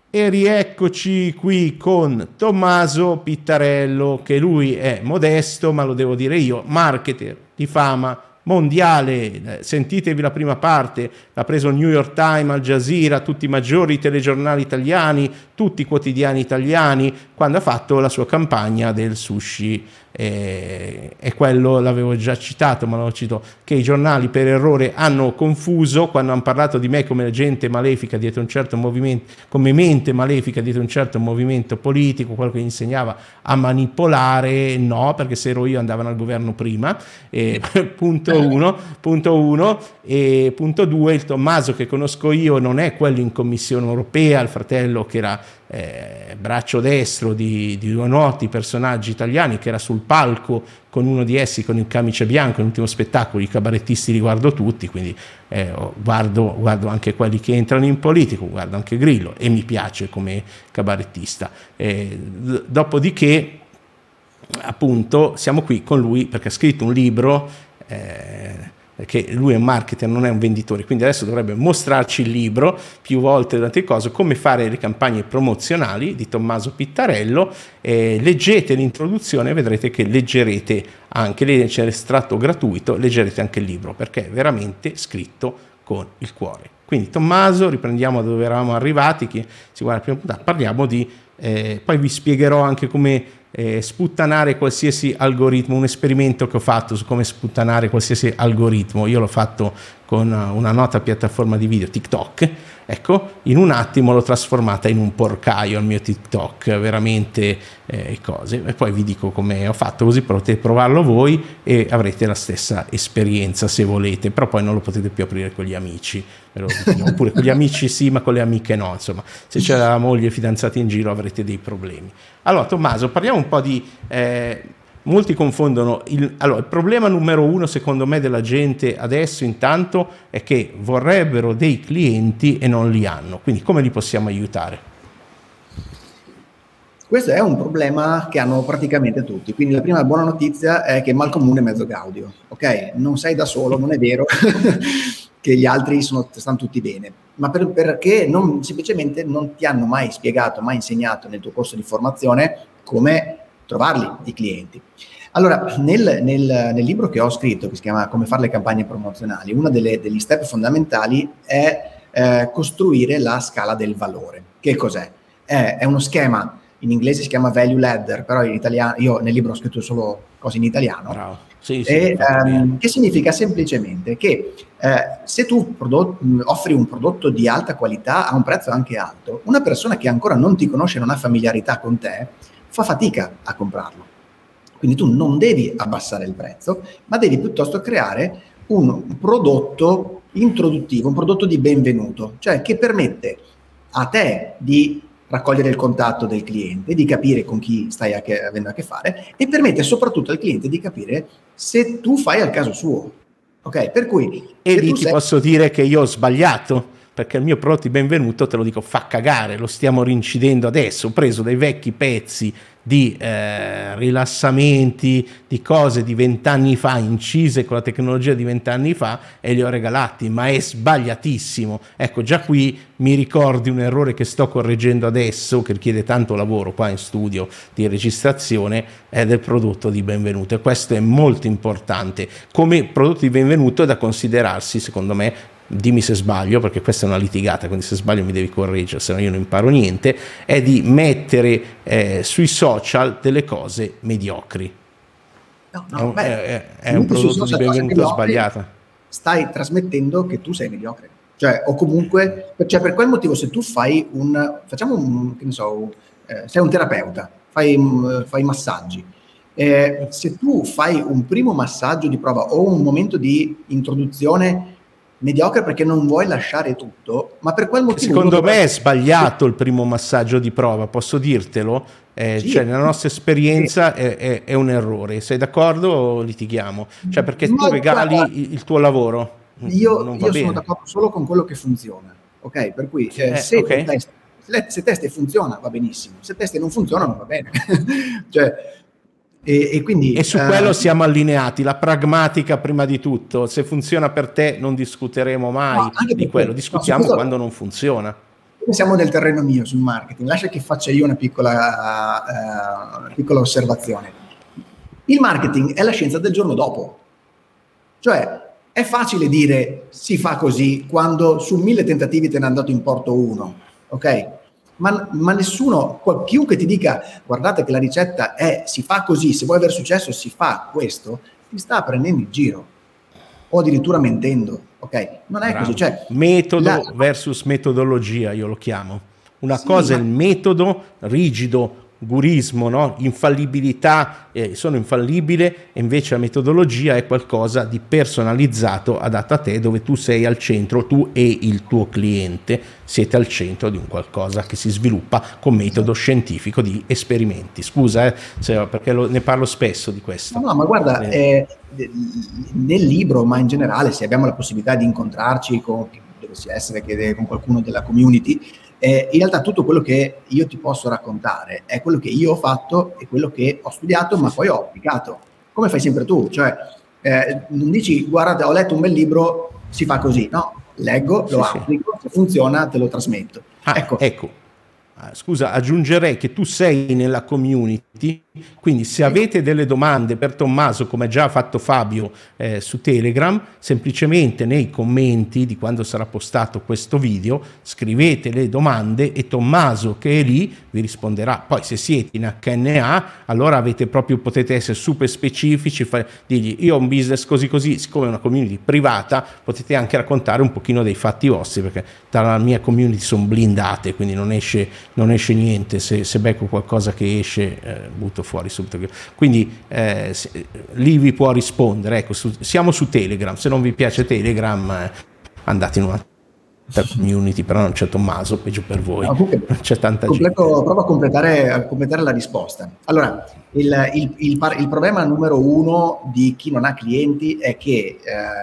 E rieccoci qui con Tommaso Pittarello, che lui è modesto, ma lo devo dire io, marketer di fama mondiale. Sentitevi la prima parte, l'ha preso il New York Times, Al Jazeera, tutti i maggiori telegiornali italiani, tutti i quotidiani italiani, quando ha fatto la sua campagna del sushi. E quello l'avevo già citato, ma lo cito, che i giornali per errore hanno confuso quando hanno parlato di me come gente malefica dietro un certo movimento, come mente malefica dietro un certo movimento politico, quello che insegnava a manipolare. No, perché se ero io andavano al governo prima. Punto uno. E punto due, il Tommaso che conosco io non è quello in Commissione europea, il fratello che era braccio destro di due noti personaggi italiani, che era sul palco con uno di essi con il camice bianco nell'ultimo spettacolo. I cabarettisti li guardo tutti, quindi guardo anche quelli che entrano in politico, guardo anche Grillo e mi piace come cabarettista. Dopodiché appunto siamo qui con lui perché ha scritto un libro, che lui è un marketer, non è un venditore, quindi adesso dovrebbe mostrarci il libro più volte tante cose, come fare le campagne promozionali di Tommaso Pittarello. Leggete l'introduzione e vedrete che leggerete anche, c'è l'estratto gratuito, leggerete anche il libro perché è veramente scritto con il cuore. Quindi Tommaso, riprendiamo da dove eravamo arrivati, chi si guarda la prima puntata, parliamo di poi vi spiegherò anche come sputtanare qualsiasi algoritmo, un esperimento che ho fatto su come sputtanare qualsiasi algoritmo. Io l'ho fatto con una nota piattaforma di video, TikTok. Ecco, in un attimo l'ho trasformata in un porcaio il mio TikTok, veramente cose. E poi vi dico come ho fatto, così potete provarlo voi e avrete la stessa esperienza se volete, però poi non lo potete più aprire con gli amici, oppure con gli amici sì, ma con le amiche no. Insomma, se c'è la moglie e fidanzati in giro avrete dei problemi. Allora, Tommaso, parliamo un po' di... molti confondono il problema numero uno secondo me della gente adesso intanto è che vorrebbero dei clienti e non li hanno, quindi come li possiamo aiutare? Questo è un problema che hanno praticamente tutti, quindi la prima buona notizia è che mal comune mezzo gaudio, ok? Non sei da solo, non è vero che gli altri stanno tutti bene, ma perché semplicemente non ti hanno mai spiegato, mai insegnato nel tuo corso di formazione come trovarli i clienti. Allora, nel libro che ho scritto, che si chiama Come fare le campagne promozionali, uno degli step fondamentali è costruire la scala del valore. Che cos'è? È uno schema, in inglese si chiama value ladder, però in italiano, io nel libro ho scritto solo cose in italiano. Bravo. Sì, che significa semplicemente che se tu offri un prodotto di alta qualità a un prezzo anche alto, una persona che ancora non ti conosce, non ha familiarità con te, fa fatica a comprarlo. Quindi tu non devi abbassare il prezzo, ma devi piuttosto creare un prodotto introduttivo, un prodotto di benvenuto, cioè che permette a te di raccogliere il contatto del cliente, di capire con chi stai avendo a che fare e permette soprattutto al cliente di capire se tu fai al caso suo. Ok? Per cui... E lì ti posso dire che io ho sbagliato, perché il mio prodotto di benvenuto, te lo dico, fa cagare, lo stiamo rincidendo adesso. Ho preso dei vecchi pezzi di rilassamenti, di cose di 20 anni fa, incise con la tecnologia di 20 anni fa, e li ho regalati, ma è sbagliatissimo. Ecco, già qui mi ricordi un errore che sto correggendo adesso, che richiede tanto lavoro qua in studio di registrazione, è del prodotto di benvenuto, e questo è molto importante. Come prodotto di benvenuto è da considerarsi, secondo me, dimmi se sbaglio, perché questa è una litigata, quindi se sbaglio mi devi correggere, se no io non imparo niente, è di mettere sui social delle cose mediocri. È un prodotto di benvenuto sbagliato. Stai trasmettendo che tu sei mediocre, cioè, o comunque, cioè, per quel motivo, se tu fai che ne so, sei un terapeuta, fai massaggi, se tu fai un primo massaggio di prova o un momento di introduzione mediocre perché non vuoi lasciare tutto, ma per quel motivo... Secondo me è sbagliato il primo massaggio di prova, posso dirtelo? Sì, cioè, nella nostra esperienza sì, è un errore. Sei d'accordo o litighiamo? Cioè, perché tu regali il tuo lavoro. Io sono d'accordo solo con quello che funziona, ok? Per cui se testa e funziona va benissimo, se testa e non funziona non va bene. Cioè... E su quello siamo allineati, la pragmatica prima di tutto. Se funziona per te non discuteremo mai di quello, discutiamo quando non funziona. siamo nel terreno mio sul marketing, lascia che faccia io una piccola osservazione. Il marketing è la scienza del giorno dopo. Cioè, è facile dire si fa così quando su 1000 tentativi te ne è andato in porto uno, ok? Ma nessuno, chiunque ti dica guardate che la ricetta si fa così, se vuoi avere successo si fa questo, ti sta prendendo in giro o addirittura mentendo, ok? Non è così. Cioè, metodo versus metodologia, io lo chiamo. Una cosa è il metodo rigido, gurismo, no? Infallibilità, sono infallibile, e invece la metodologia è qualcosa di personalizzato, adatto a te, dove tu sei al centro, tu e il tuo cliente siete al centro di un qualcosa che si sviluppa con metodo scientifico di esperimenti. Scusa, perché ne parlo spesso di questo. No, ma guarda, nel libro, ma in generale, se abbiamo la possibilità di incontrarci dovessi essere che con qualcuno della community, in realtà tutto quello che io ti posso raccontare è quello che io ho fatto e quello che ho studiato, ma poi ho applicato, come fai sempre tu. Cioè, non dici guarda, ho letto un bel libro, si fa così. No, leggo, lo applico, se funziona te lo trasmetto. Ecco. Scusa, aggiungerei che tu sei nella community, quindi se avete delle domande per Tommaso, come già ha fatto Fabio su Telegram, semplicemente nei commenti di quando sarà postato questo video scrivete le domande e Tommaso, che è lì, vi risponderà. Poi se siete in HNA, allora potete essere super specifici, dirgli io ho un business così, siccome è una community privata potete anche raccontare un pochino dei fatti vostri, perché dalla mia community sono blindate, quindi non esce niente. Se becco qualcosa che esce butto fuori subito. Quindi lì vi può rispondere. Ecco, siamo su Telegram. Se non vi piace Telegram, andate in una community, però non c'è Tommaso, peggio per voi. C'è tanta gente. Provo a completare la risposta. Allora, il problema numero uno di chi non ha clienti è che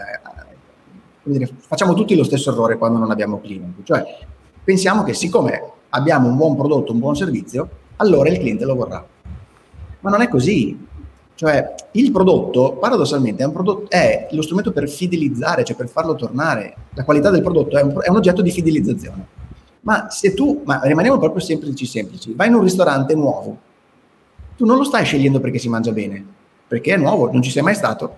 facciamo tutti lo stesso errore quando non abbiamo clienti. Cioè, pensiamo che siccome abbiamo un buon prodotto, un buon servizio, allora il cliente lo vorrà. Ma non è così. Cioè, il prodotto, paradossalmente, è lo strumento per fidelizzare, cioè per farlo tornare. La qualità del prodotto è un oggetto di fidelizzazione. Ma rimaniamo proprio semplici, vai in un ristorante nuovo, tu non lo stai scegliendo perché si mangia bene, perché è nuovo, non ci sei mai stato.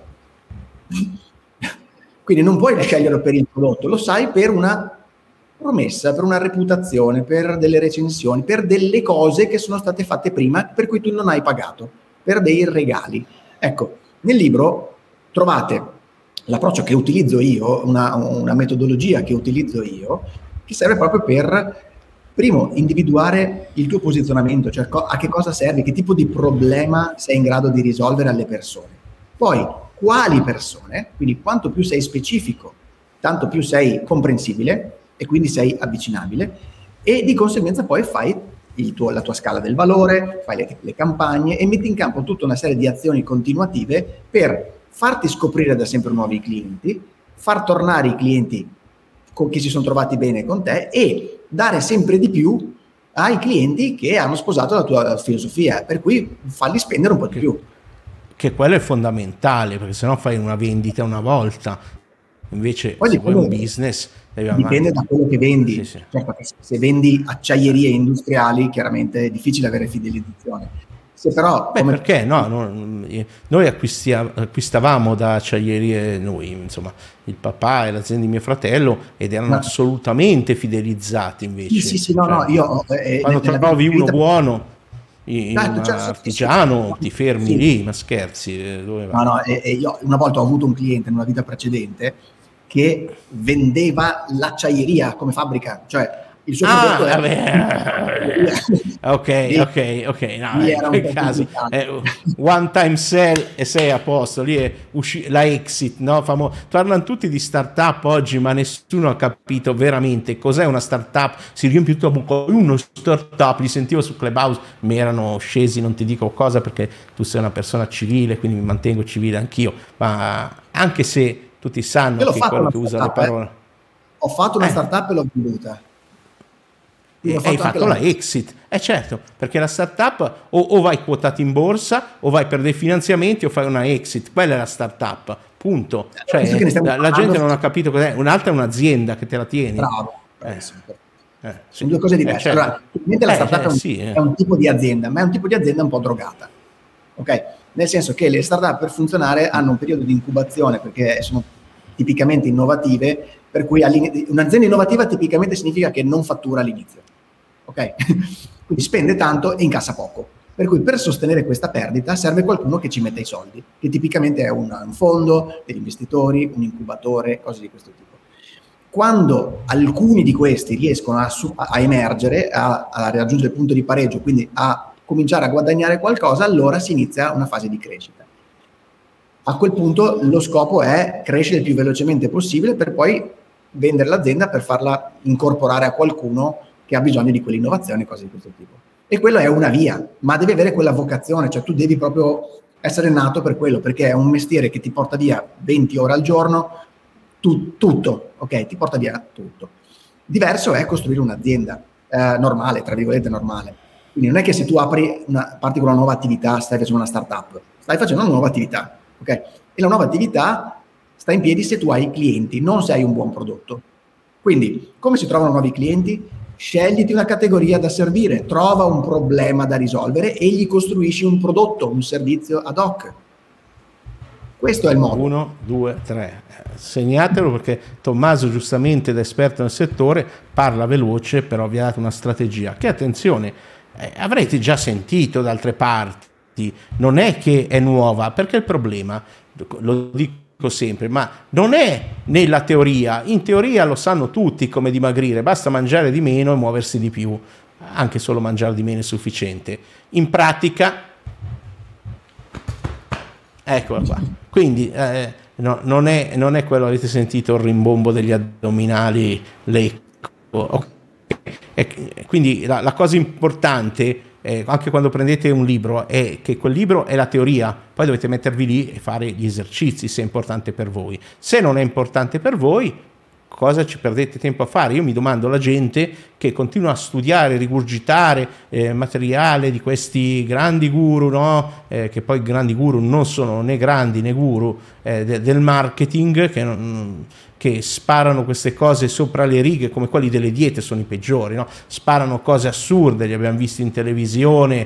Quindi non puoi sceglierlo per il prodotto, lo sai per una promessa, per una reputazione, per delle recensioni, per delle cose che sono state fatte prima, per cui tu non hai pagato, per dei regali. Ecco, nel libro trovate l'approccio che utilizzo io, una metodologia che utilizzo io, che serve proprio per, primo, individuare il tuo posizionamento, cioè a che cosa servi, che tipo di problema sei in grado di risolvere alle persone. Poi, quali persone, quindi quanto più sei specifico, tanto più sei comprensibile, e quindi sei avvicinabile, e di conseguenza poi fai la tua scala del valore, fai le campagne e metti in campo tutta una serie di azioni continuative per farti scoprire da sempre nuovi clienti, far tornare i clienti che si sono trovati bene con te e dare sempre di più ai clienti che hanno sposato la tua filosofia, per cui farli spendere un po' di più. Che quello è fondamentale, perché sennò fai una vendita una volta. Invece poi se vuoi un business dipende da quello che vendi. Sì. Cioè, se vendi acciaierie industriali chiaramente è difficile avere fidelizzazione. Se però perché no, noi acquistavamo da acciaierie, insomma il papà e l'azienda di mio fratello, ed erano assolutamente fidelizzati. Invece io quando trovi uno buono in artigiano ti fermi lì, ma scherzi, dove va? Io una volta ho avuto un cliente in una vita precedente che vendeva l'acciaieria come fabbrica, cioè il suo prodotto ok, no, in quel caso one time sell e sei a posto. Lì è la exit, no? Parlano tutti di startup oggi, ma nessuno ha capito veramente cos'è una startup. Si riempie tutto a buco. Uno startup, li sentivo su Clubhouse, mi erano scesi, non ti dico cosa, perché tu sei una persona civile, quindi mi mantengo civile anch'io, ma anche se tutti sanno che quello che usa le parole. Ho fatto una startup e l'ho venduta. Hai fatto la exit, certo, perché la startup o vai quotato in borsa o vai per dei finanziamenti o fai una exit. Quella è la startup, punto. Cioè, la gente non ha capito cos'è. Un'altra è un'azienda che te la tieni. Bravo. Sono due cose diverse. Certo. Allora, ovviamente la startup è un tipo di azienda, ma è un tipo di azienda un po' drogata, ok? Nel senso che le startup per funzionare hanno un periodo di incubazione perché sono tipicamente innovative, per cui un'azienda innovativa tipicamente significa che non fattura all'inizio, ok? Quindi spende tanto e incassa poco. Per cui per sostenere questa perdita serve qualcuno che ci metta i soldi, che tipicamente è un fondo, degli investitori, un incubatore, cose di questo tipo. Quando alcuni di questi riescono a emergere, a raggiungere il punto di pareggio, quindi a cominciare a guadagnare qualcosa, allora si inizia una fase di crescita. A quel punto lo scopo è crescere il più velocemente possibile per poi vendere l'azienda per farla incorporare a qualcuno che ha bisogno di quell'innovazione, cose di questo tipo. E quello è una via, ma devi avere quella vocazione, cioè tu devi proprio essere nato per quello, perché è un mestiere che ti porta via 20 ore al giorno, tutto, ok? Ti porta via tutto. Diverso è costruire un'azienda normale, tra virgolette normale. Quindi non è che se tu parti con una nuova attività, stai facendo una startup, stai facendo una nuova attività, ok? E la nuova attività sta in piedi se tu hai clienti, non se hai un buon prodotto. Quindi, come si trovano nuovi clienti? Scegliti una categoria da servire, trova un problema da risolvere e gli costruisci un prodotto, un servizio ad hoc. Questo è il modo. 1, 2, 3. Segnatelo perché Tommaso, giustamente da esperto nel settore, parla veloce, però vi ha dato una strategia che, attenzione, avrete già sentito da altre parti, non è che è nuova, perché il problema, lo dico sempre, ma non è nella teoria. In teoria lo sanno tutti come dimagrire, basta mangiare di meno e muoversi di più, anche solo mangiare di meno è sufficiente. In pratica, eccola qua. Quindi non è quello, avete sentito il rimbombo degli addominali, l'ecco. Quindi la cosa importante, anche quando prendete un libro, è che quel libro è la teoria, poi dovete mettervi lì e fare gli esercizi se è importante per voi. Se non è importante per voi, cosa ci perdete tempo a fare? Io mi domando la gente che continua a studiare, rigurgitare materiale di questi grandi guru, no? Che poi grandi guru non sono né grandi né guru del marketing, che sparano queste cose sopra le righe, come quelli delle diete sono i peggiori, no? Sparano cose assurde, li abbiamo visti in televisione,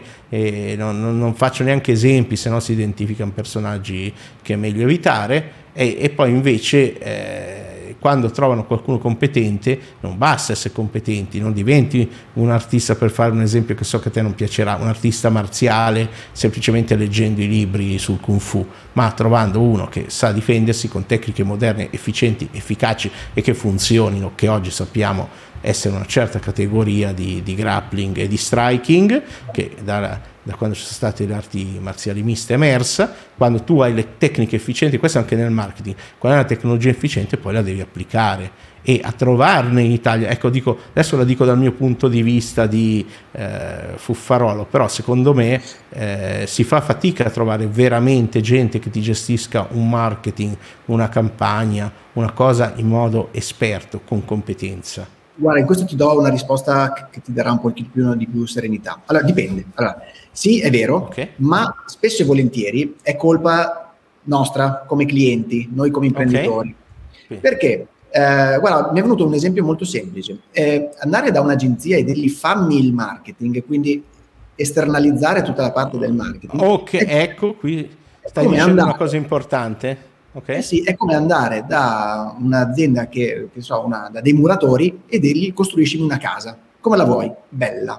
non faccio neanche esempi, se no si identificano personaggi che è meglio evitare, e poi invece quando trovano qualcuno competente, non basta essere competenti, non diventi un artista, per fare un esempio che so che a te non piacerà, un artista marziale semplicemente leggendo i libri sul Kung Fu, ma trovando uno che sa difendersi con tecniche moderne, efficienti, efficaci e che funzionino, che oggi sappiamo essere una certa categoria di grappling e di striking, che da quando ci sono state le arti marziali miste è emersa. Quando tu hai le tecniche efficienti, questo anche nel marketing, quando hai una tecnologia efficiente poi la devi applicare, e a trovarne in Italia, ecco, adesso la dico dal mio punto di vista di fuffarolo, però secondo me si fa fatica a trovare veramente gente che ti gestisca un marketing, una campagna, una cosa in modo esperto, con competenza. Guarda, in questo ti do una risposta che ti darà un po' di più serenità. Allora, dipende. Allora, sì, è vero, okay, ma spesso e volentieri è colpa nostra come clienti, noi come imprenditori. Okay. Perché, guarda, mi è venuto un esempio molto semplice. Andare da un'agenzia e dirgli fammi il marketing, quindi esternalizzare tutta la parte del marketing. Ok, ecco, qui stai dicendo una cosa importante. Okay. Sì, è come andare da un'azienda da dei muratori e dirgli costruiscimi una casa. Come la vuoi? Bella.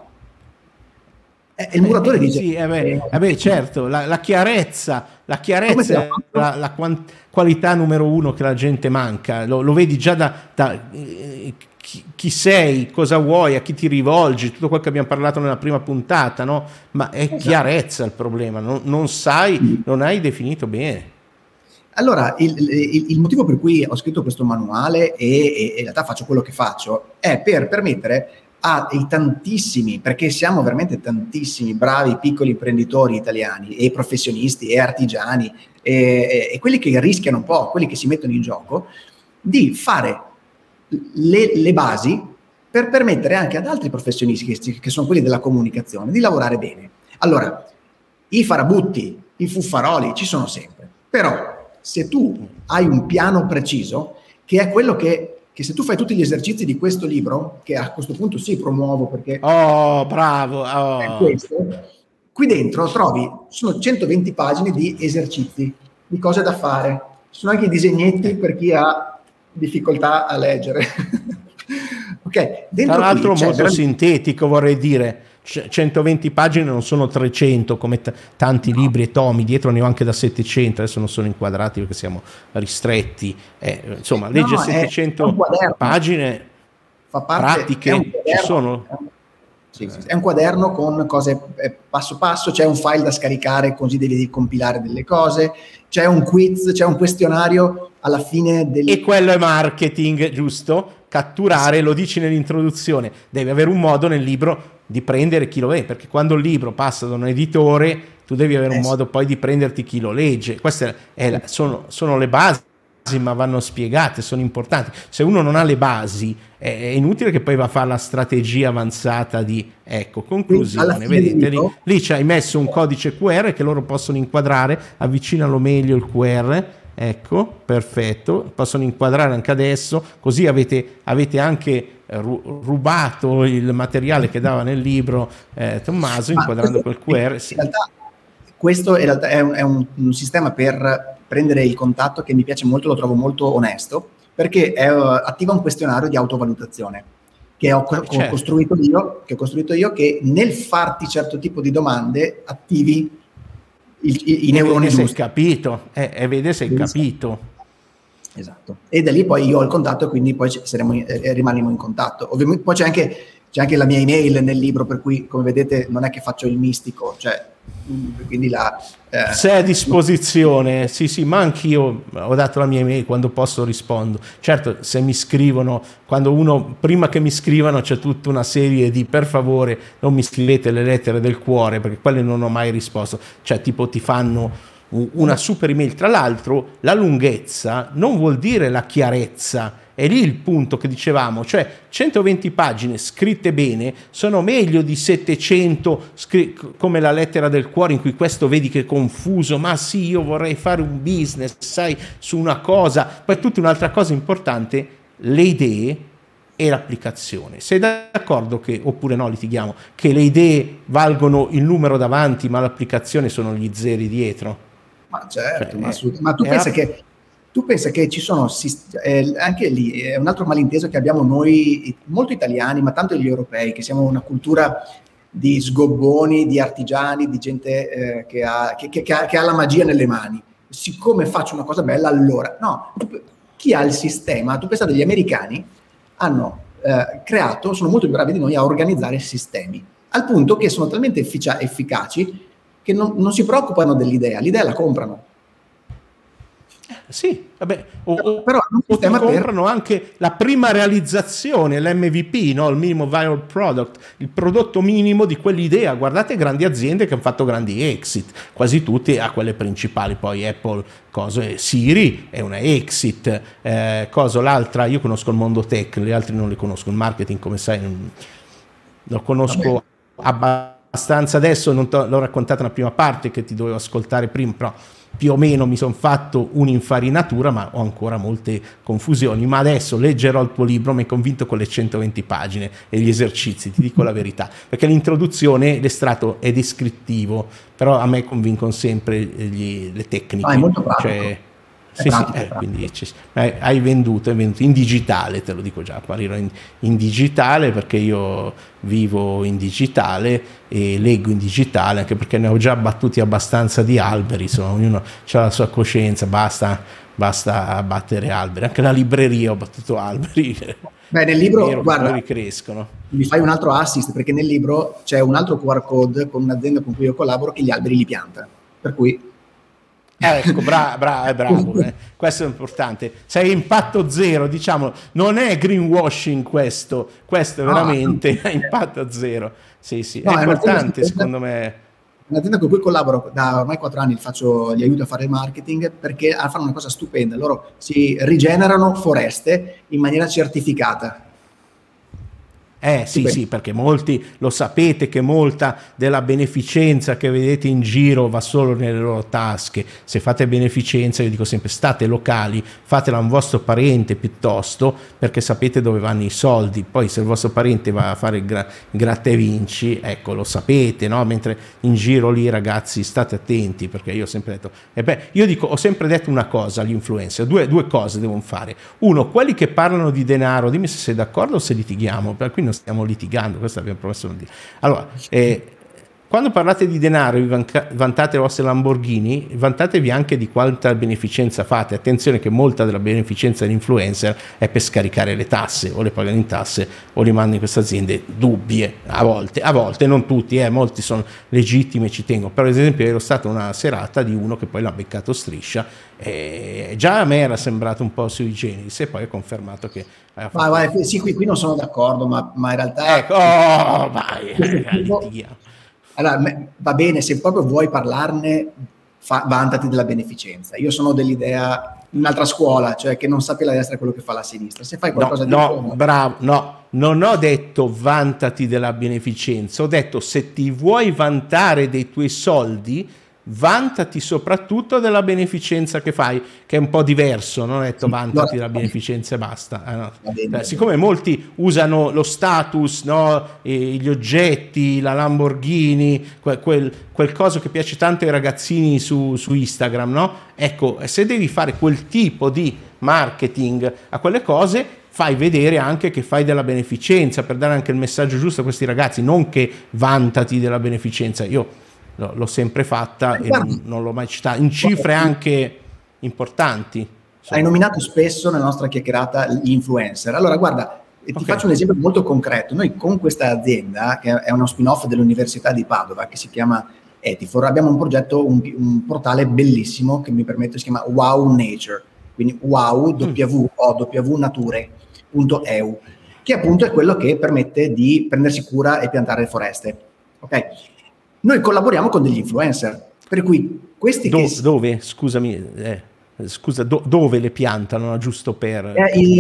Il muratore dice... Sì, certo, la chiarezza è la qualità numero uno che la gente manca. Lo vedi già da chi sei, cosa vuoi, a chi ti rivolgi, tutto quello che abbiamo parlato nella prima puntata, no? Ma è chiarezza il problema, non sai, non hai definito bene. Allora, il motivo per cui ho scritto questo manuale e in realtà faccio quello che faccio è per permettere ai tantissimi, perché siamo veramente tantissimi bravi piccoli imprenditori italiani e professionisti e artigiani e quelli che rischiano un po', quelli che si mettono in gioco, di fare le basi per permettere anche ad altri professionisti, che sono quelli della comunicazione, di lavorare bene. Allora, i farabutti, i fuffaroli ci sono sempre, però se tu hai un piano preciso, che è quello che che se tu fai tutti gli esercizi di questo libro, che a questo punto sì promuovo perché oh bravo, è questo, qui dentro trovi, sono 120 pagine di esercizi, di cose da fare, ci sono anche i disegnetti per chi ha difficoltà a leggere. Ok, dentro tra l'altro qui molto sintetico, vorrei dire. 120 pagine non sono 300 come tanti libri e tomi, dietro ne ho anche da 700, adesso non sono inquadrati perché siamo ristretti, insomma legge 700 pagine fa parte, pratiche, ci sono? Sì, è un quaderno con cose passo passo, c'è un file da scaricare così devi compilare delle cose, c'è un quiz, c'è un questionario alla fine e quello è marketing, giusto? Catturare, lo dici nell'introduzione, devi avere un modo nel libro di prendere chi lo vede, perché quando il libro passa da un editore tu devi avere un modo poi di prenderti chi lo legge. Queste sono le basi, ma vanno spiegate, sono importanti. Se uno non ha le basi è inutile che poi va a fare la strategia avanzata di conclusione, vedete lì ci hai messo un codice QR che loro possono inquadrare, avvicinalo meglio il QR. Ecco, perfetto, possono inquadrare anche adesso, così avete anche rubato il materiale che dava nel libro Tommaso, inquadrando col QR. In realtà, questo è un sistema per prendere il contatto che mi piace molto, lo trovo molto onesto, perché attiva un questionario di autovalutazione che ho costruito io, che nel farti certo tipo di domande attivi i neuroni giusti. Sei capito, vede se hai capito. Esatto. E da lì poi io ho il contatto e quindi poi rimaniamo in contatto. Ovviamente poi c'è anche la mia email nel libro, per cui come vedete non è che faccio il mistico, quindi sei a disposizione, sì, ma anch'io ho dato la mia email, quando posso rispondo. Certo, se mi scrivono, prima che mi scrivano c'è tutta una serie di per favore non mi scrivete le lettere del cuore, perché quelle non ho mai risposto, cioè tipo ti fanno una super email. Tra l'altro la lunghezza non vuol dire la chiarezza, è lì il punto che dicevamo, cioè 120 pagine scritte bene sono meglio di 700 come la lettera del cuore, in cui questo vedi che è confuso, ma sì, io vorrei fare un business, sai, su una cosa. Poi tutta un'altra cosa importante, le idee e l'applicazione. Sei d'accordo oppure no, litighiamo, che le idee valgono il numero davanti ma l'applicazione sono gli zeri dietro? Ma certo, ma tu pensa che ci sono, anche lì è un altro malinteso che abbiamo noi, molto italiani, ma tanto gli europei, che siamo una cultura di sgobboni, di artigiani, di gente che ha la magia nelle mani. Siccome faccio una cosa bella, allora... No, chi ha il sistema, tu pensate, gli americani hanno creato, sono molto più bravi di noi a organizzare sistemi, al punto che sono talmente efficaci che non si preoccupano dell'idea, l'idea la comprano. Sì, vabbè, però ti comprano anche la prima realizzazione, l'MVP, no? Il minimum viable product, il prodotto minimo di quell'idea. Guardate grandi aziende che hanno fatto grandi exit, quasi tutte a quelle principali. Poi Apple, Siri è una exit, l'altra, io conosco il mondo tech, gli altri non li conosco, il marketing come sai lo conosco abbastanza adesso, non l'ho raccontata nella prima parte che ti dovevo ascoltare prima, però più o meno mi sono fatto un'infarinatura, ma ho ancora molte confusioni. Ma adesso leggerò il tuo libro, mi hai convinto con le 120 pagine e gli esercizi, ti dico la verità, perché l'introduzione, l'estratto è descrittivo, però a me convincono sempre le tecniche. È molto pratico. Quindi hai venduto in digitale, te lo dico già, apparirò in digitale perché io vivo in digitale e leggo in digitale, anche perché ne ho già battuti abbastanza di alberi, insomma, ognuno ha la sua coscienza, basta abbattere alberi, anche la libreria ho battuto alberi. Nel libro, guarda, ricrescono. Mi fai un altro assist, perché nel libro c'è un altro QR code con un'azienda con cui io collaboro che gli alberi li pianta, per cui ecco, bravo. Questo è importante. Sei impatto zero, diciamo, non è greenwashing questo è veramente impatto zero. Sì, è importante secondo me. Un'azienda con cui collaboro da ormai 4 anni, gli aiuto a fare il marketing perché fanno una cosa stupenda, loro si rigenerano foreste in maniera certificata. Sì, sì, perché molti lo sapete che molta della beneficenza che vedete in giro va solo nelle loro tasche. Se fate beneficenza, io dico sempre, state locali, fatela a un vostro parente piuttosto, perché sapete dove vanno i soldi. Poi se il vostro parente va a fare il gratta e vinci, ecco, lo sapete, no? Mentre in giro lì, ragazzi, state attenti, perché io ho sempre detto, io dico, ho sempre detto una cosa agli influencer, due cose devono fare. Uno, quelli che parlano di denaro, dimmi se sei d'accordo o se litighiamo, per cui non stiamo litigando, questo abbiamo promesso di dire. Allora, quando parlate di denaro e vantate le vostre Lamborghini, vantatevi anche di quanta beneficenza fate. Attenzione che molta della beneficenza dell'influencer è per scaricare le tasse, o le pagano in tasse o li mandano in queste aziende dubbie, a volte, non tutti, molti sono legittimi e ci tengo. Per esempio ero stata una serata di uno che poi l'ha beccato striscia, e già a me era sembrato un po' sui generis e poi ho confermato che sì, qui non sono d'accordo, ma in realtà ecco, vai, litighiamo. Allora, va bene, se proprio vuoi parlarne, vantati della beneficenza. Io sono dell'idea, un'altra scuola, cioè che non sappia la destra quello che fa la sinistra. Se fai qualcosa bravo, non ho detto vantati della beneficenza, ho detto se ti vuoi vantare dei tuoi soldi, vantati soprattutto della beneficenza che fai, che è un po' diverso, non ho detto vantati della beneficenza e basta. No. Siccome molti usano lo status, no? Gli oggetti, la Lamborghini, quel coso che piace tanto ai ragazzini su Instagram, no? Ecco, se devi fare quel tipo di marketing a quelle cose, fai vedere anche che fai della beneficenza, per dare anche il messaggio giusto a questi ragazzi, non che vantati della beneficenza. Io l'ho sempre fatta e non l'ho mai citata, in cifre anche importanti. Hai nominato spesso nella nostra chiacchierata gli influencer. Allora, guarda, ti faccio un esempio molto concreto. Noi con questa azienda, che è uno spin-off dell'Università di Padova, che si chiama Etifor, abbiamo un progetto, un portale bellissimo che mi permette, si chiama Wow Nature, quindi wow, www.nature.eu, che appunto è quello che permette di prendersi cura e piantare le foreste. Ok? Noi collaboriamo con degli influencer, per cui questi dove? Scusami, dove le piantano, giusto per...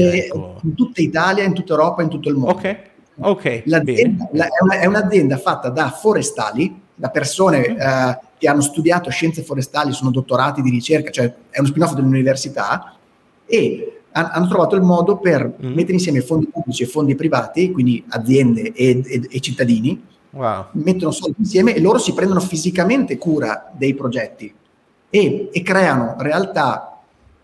in tutta Italia, in tutta Europa, in tutto il mondo. Ok, l'azienda è un'azienda fatta da forestali, da persone che hanno studiato scienze forestali, sono dottorati di ricerca, cioè è uno spin-off dell'università, e hanno trovato il modo per mettere insieme fondi pubblici e fondi privati, quindi aziende e cittadini. Wow. Mettono soldi insieme e loro si prendono fisicamente cura dei progetti e creano realtà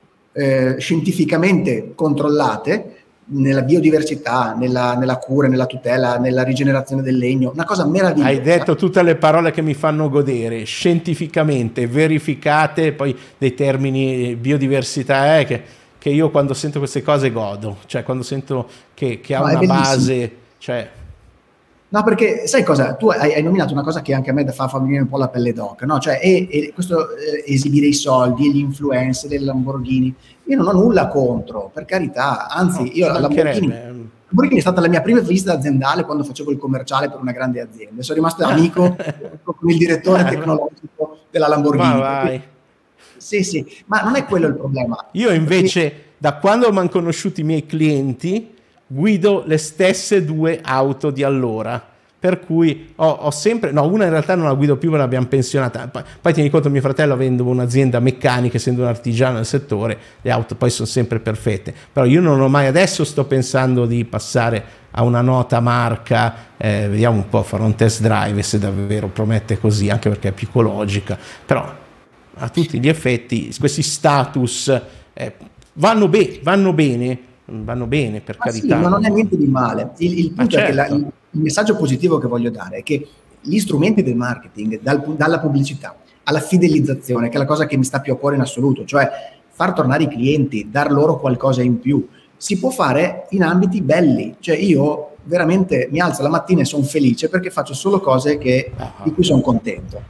scientificamente controllate nella biodiversità, nella cura, nella tutela, nella rigenerazione del legno, una cosa meravigliosa. Hai detto tutte le parole che mi fanno godere, scientificamente verificate, poi dei termini biodiversità che io quando sento queste cose godo, cioè quando sento che ha una base, cioè... No, perché sai cosa? Tu hai nominato una cosa che anche a me fa venire un po' la pelle d'oca, no? Cioè, questo esibire i soldi, gli influencer, le Lamborghini. Io non ho nulla contro, per carità. Anzi, io la Lamborghini è stata la mia prima visita aziendale quando facevo il commerciale per una grande azienda. Sono rimasto amico con il direttore tecnologico della Lamborghini. Sì, ma non è quello il problema. Io invece, da quando mi hanno conosciuto i miei clienti, guido le stesse 2 auto di allora, per cui ho sempre, no, una in realtà non la guido più, me l'abbiamo pensionata, poi tieni conto, mio fratello avendo un'azienda meccanica, essendo un artigiano nel settore, le auto poi sono sempre perfette, però io non ho mai, adesso sto pensando di passare a una nota marca, vediamo un po', farò un test drive se davvero promette così, anche perché è più ecologica, però a tutti gli effetti questi status vanno bene, per carità. Sì, ma non è niente di male. Il punto è che il messaggio positivo che voglio dare è che gli strumenti del marketing, dalla pubblicità alla fidelizzazione, che è la cosa che mi sta più a cuore in assoluto, cioè far tornare i clienti, dar loro qualcosa in più, si può fare in ambiti belli. Cioè io veramente mi alzo la mattina e sono felice perché faccio solo cose di cui sono contento.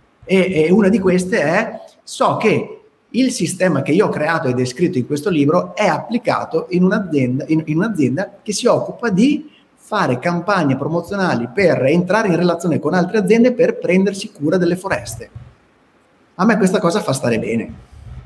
E una di queste so che il sistema che io ho creato e descritto in questo libro è applicato in un'azienda che si occupa di fare campagne promozionali per entrare in relazione con altre aziende per prendersi cura delle foreste. A me questa cosa fa stare bene.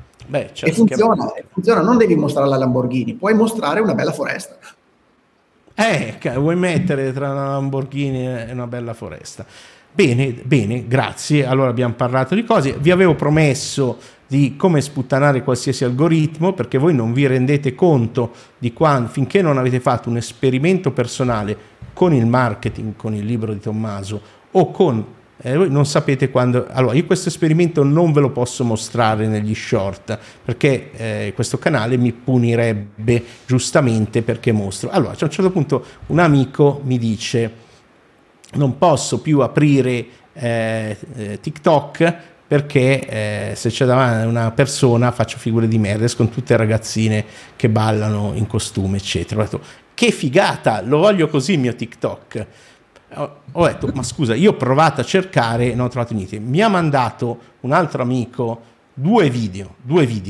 E funziona, non devi mostrare la Lamborghini, puoi mostrare una bella foresta. Vuoi mettere tra una Lamborghini e una bella foresta. Bene, bene, grazie. Allora abbiamo parlato di cose. Vi avevo promesso di come sputtanare qualsiasi algoritmo, perché voi non vi rendete conto di quando, finché non avete fatto un esperimento personale con il marketing, con il libro di Tommaso o con voi non sapete quando. Allora, io questo esperimento non ve lo posso mostrare negli short, perché questo canale mi punirebbe giustamente perché mostro. Allora, a un certo punto un amico mi dice: non posso più aprire TikTok perché se c'è davanti una persona faccio figure di merda, con tutte ragazzine che ballano in costume, eccetera. Ho detto: che figata, lo voglio così il mio TikTok. Ho detto: ma scusa, io ho provato a cercare, non ho trovato niente. Mi ha mandato un altro amico due video.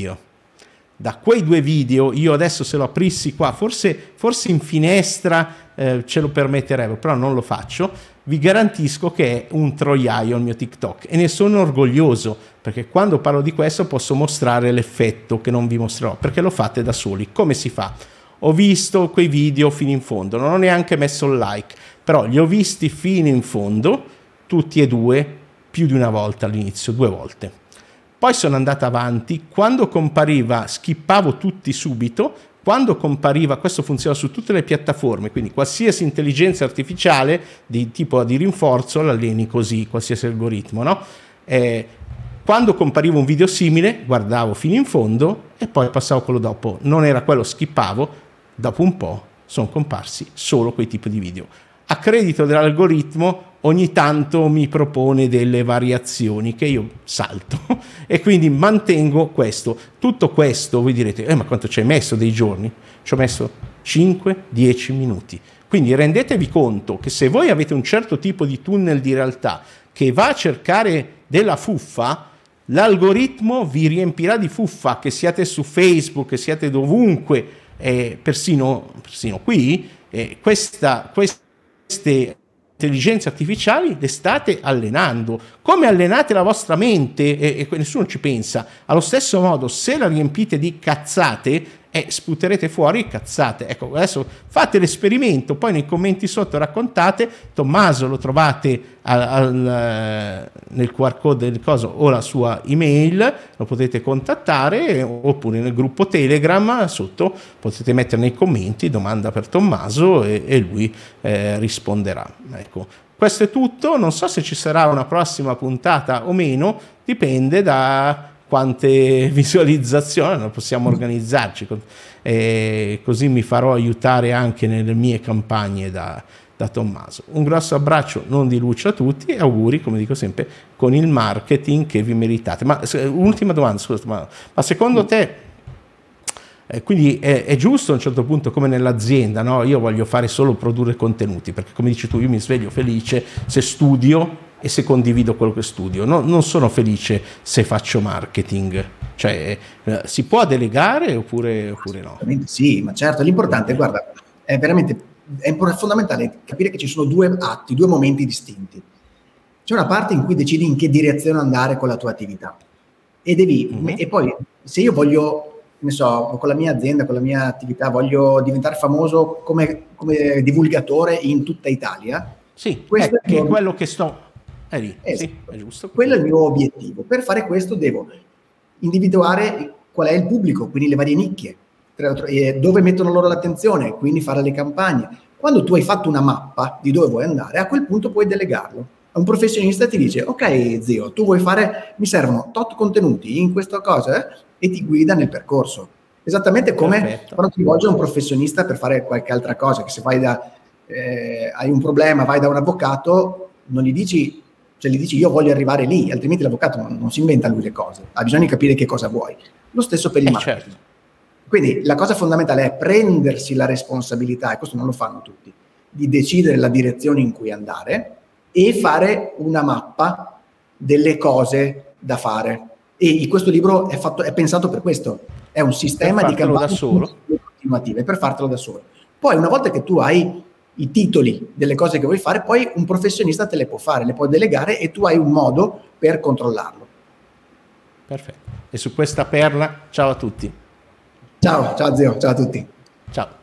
Da quei 2 video, io adesso se lo aprissi qua, forse in finestra ce lo permetterebbe, però non lo faccio. Vi garantisco che è un troiaio il mio TikTok e ne sono orgoglioso, perché quando parlo di questo posso mostrare l'effetto che non vi mostrerò, perché lo fate da soli. Come si fa? Ho visto quei video fino in fondo, non ho neanche messo il like, però li ho visti fino in fondo, tutti e 2, più di una volta all'inizio, 2 volte. Poi sono andata avanti, quando compariva skippavo tutti subito, quando compariva, questo funziona su tutte le piattaforme, quindi qualsiasi intelligenza artificiale di tipo di rinforzo l'alleni così, qualsiasi algoritmo, no? Quando compariva un video simile guardavo fino in fondo e poi passavo quello dopo, non era quello, skippavo, dopo un po' sono comparsi solo quei tipi di video. A credito dell'algoritmo ogni tanto mi propone delle variazioni che io salto e quindi mantengo questo. Tutto questo voi direte: ma quanto ci hai messo dei giorni? Ci ho messo 5-10 minuti. Quindi rendetevi conto che se voi avete un certo tipo di tunnel di realtà che va a cercare della fuffa, l'algoritmo vi riempirà di fuffa, che siate su Facebook, che siate dovunque, persino qui, queste intelligenze artificiali le state allenando. Come allenate la vostra mente e nessuno ci pensa, allo stesso modo se la riempite di cazzate sputerete fuori cazzate. Ecco, adesso fate l'esperimento, poi nei commenti sotto raccontate. Tommaso lo trovate nel QR code del coso o la sua email, lo potete contattare, oppure nel gruppo Telegram sotto potete mettere nei commenti domanda per Tommaso e lui risponderà. Ecco, questo è tutto. Non so se ci sarà una prossima puntata o meno, dipende da quante visualizzazioni, non possiamo organizzarci, così mi farò aiutare anche nelle mie campagne da Tommaso. Un grosso abbraccio non di luce a tutti e auguri, come dico sempre, con il marketing che vi meritate. Ma ultima domanda, scusa, ma secondo te quindi è giusto a un certo punto, come nell'azienda, no? Io voglio fare solo produrre contenuti, perché come dici tu io mi sveglio felice se studio e se condivido quello che studio, non sono felice se faccio marketing. Cioè si può delegare oppure no? Sì, ma certo, l'importante, guarda, è fondamentale capire che ci sono 2 atti, 2 momenti distinti. C'è una parte in cui decidi in che direzione andare con la tua attività e poi se io voglio, ne so, con la mia azienda, con la mia attività voglio diventare famoso come divulgatore in tutta Italia. Sì, questo è quello che sto. Sì, è giusto. Quello è il mio obiettivo. Per fare questo devo individuare qual è il pubblico, quindi le varie nicchie, dove mettono loro l'attenzione, quindi fare le campagne. Quando tu hai fatto una mappa di dove vuoi andare, a quel punto puoi delegarlo. Un professionista ti dice: ok zio, tu vuoi fare, mi servono tot contenuti in questa cosa, e ti guida nel percorso. Esattamente come quando ti rivolgi a un professionista per fare qualche altra cosa, che se hai un problema, vai da un avvocato, non gli dici, cioè gli dici io voglio arrivare lì, altrimenti l'avvocato non si inventa lui le cose, ha bisogno di capire che cosa vuoi. Lo stesso per il marketing. Certo. Quindi la cosa fondamentale è prendersi la responsabilità, e questo non lo fanno tutti, di decidere la direzione in cui andare e fare una mappa delle cose da fare. E questo libro è pensato per questo, è un sistema di campagne continuative per fartelo da solo. Poi una volta che tu hai i titoli delle cose che vuoi fare, poi un professionista te le può fare, le può delegare e tu hai un modo per controllarlo. Perfetto. E su questa perla, ciao a tutti. Ciao zio, ciao a tutti. Ciao.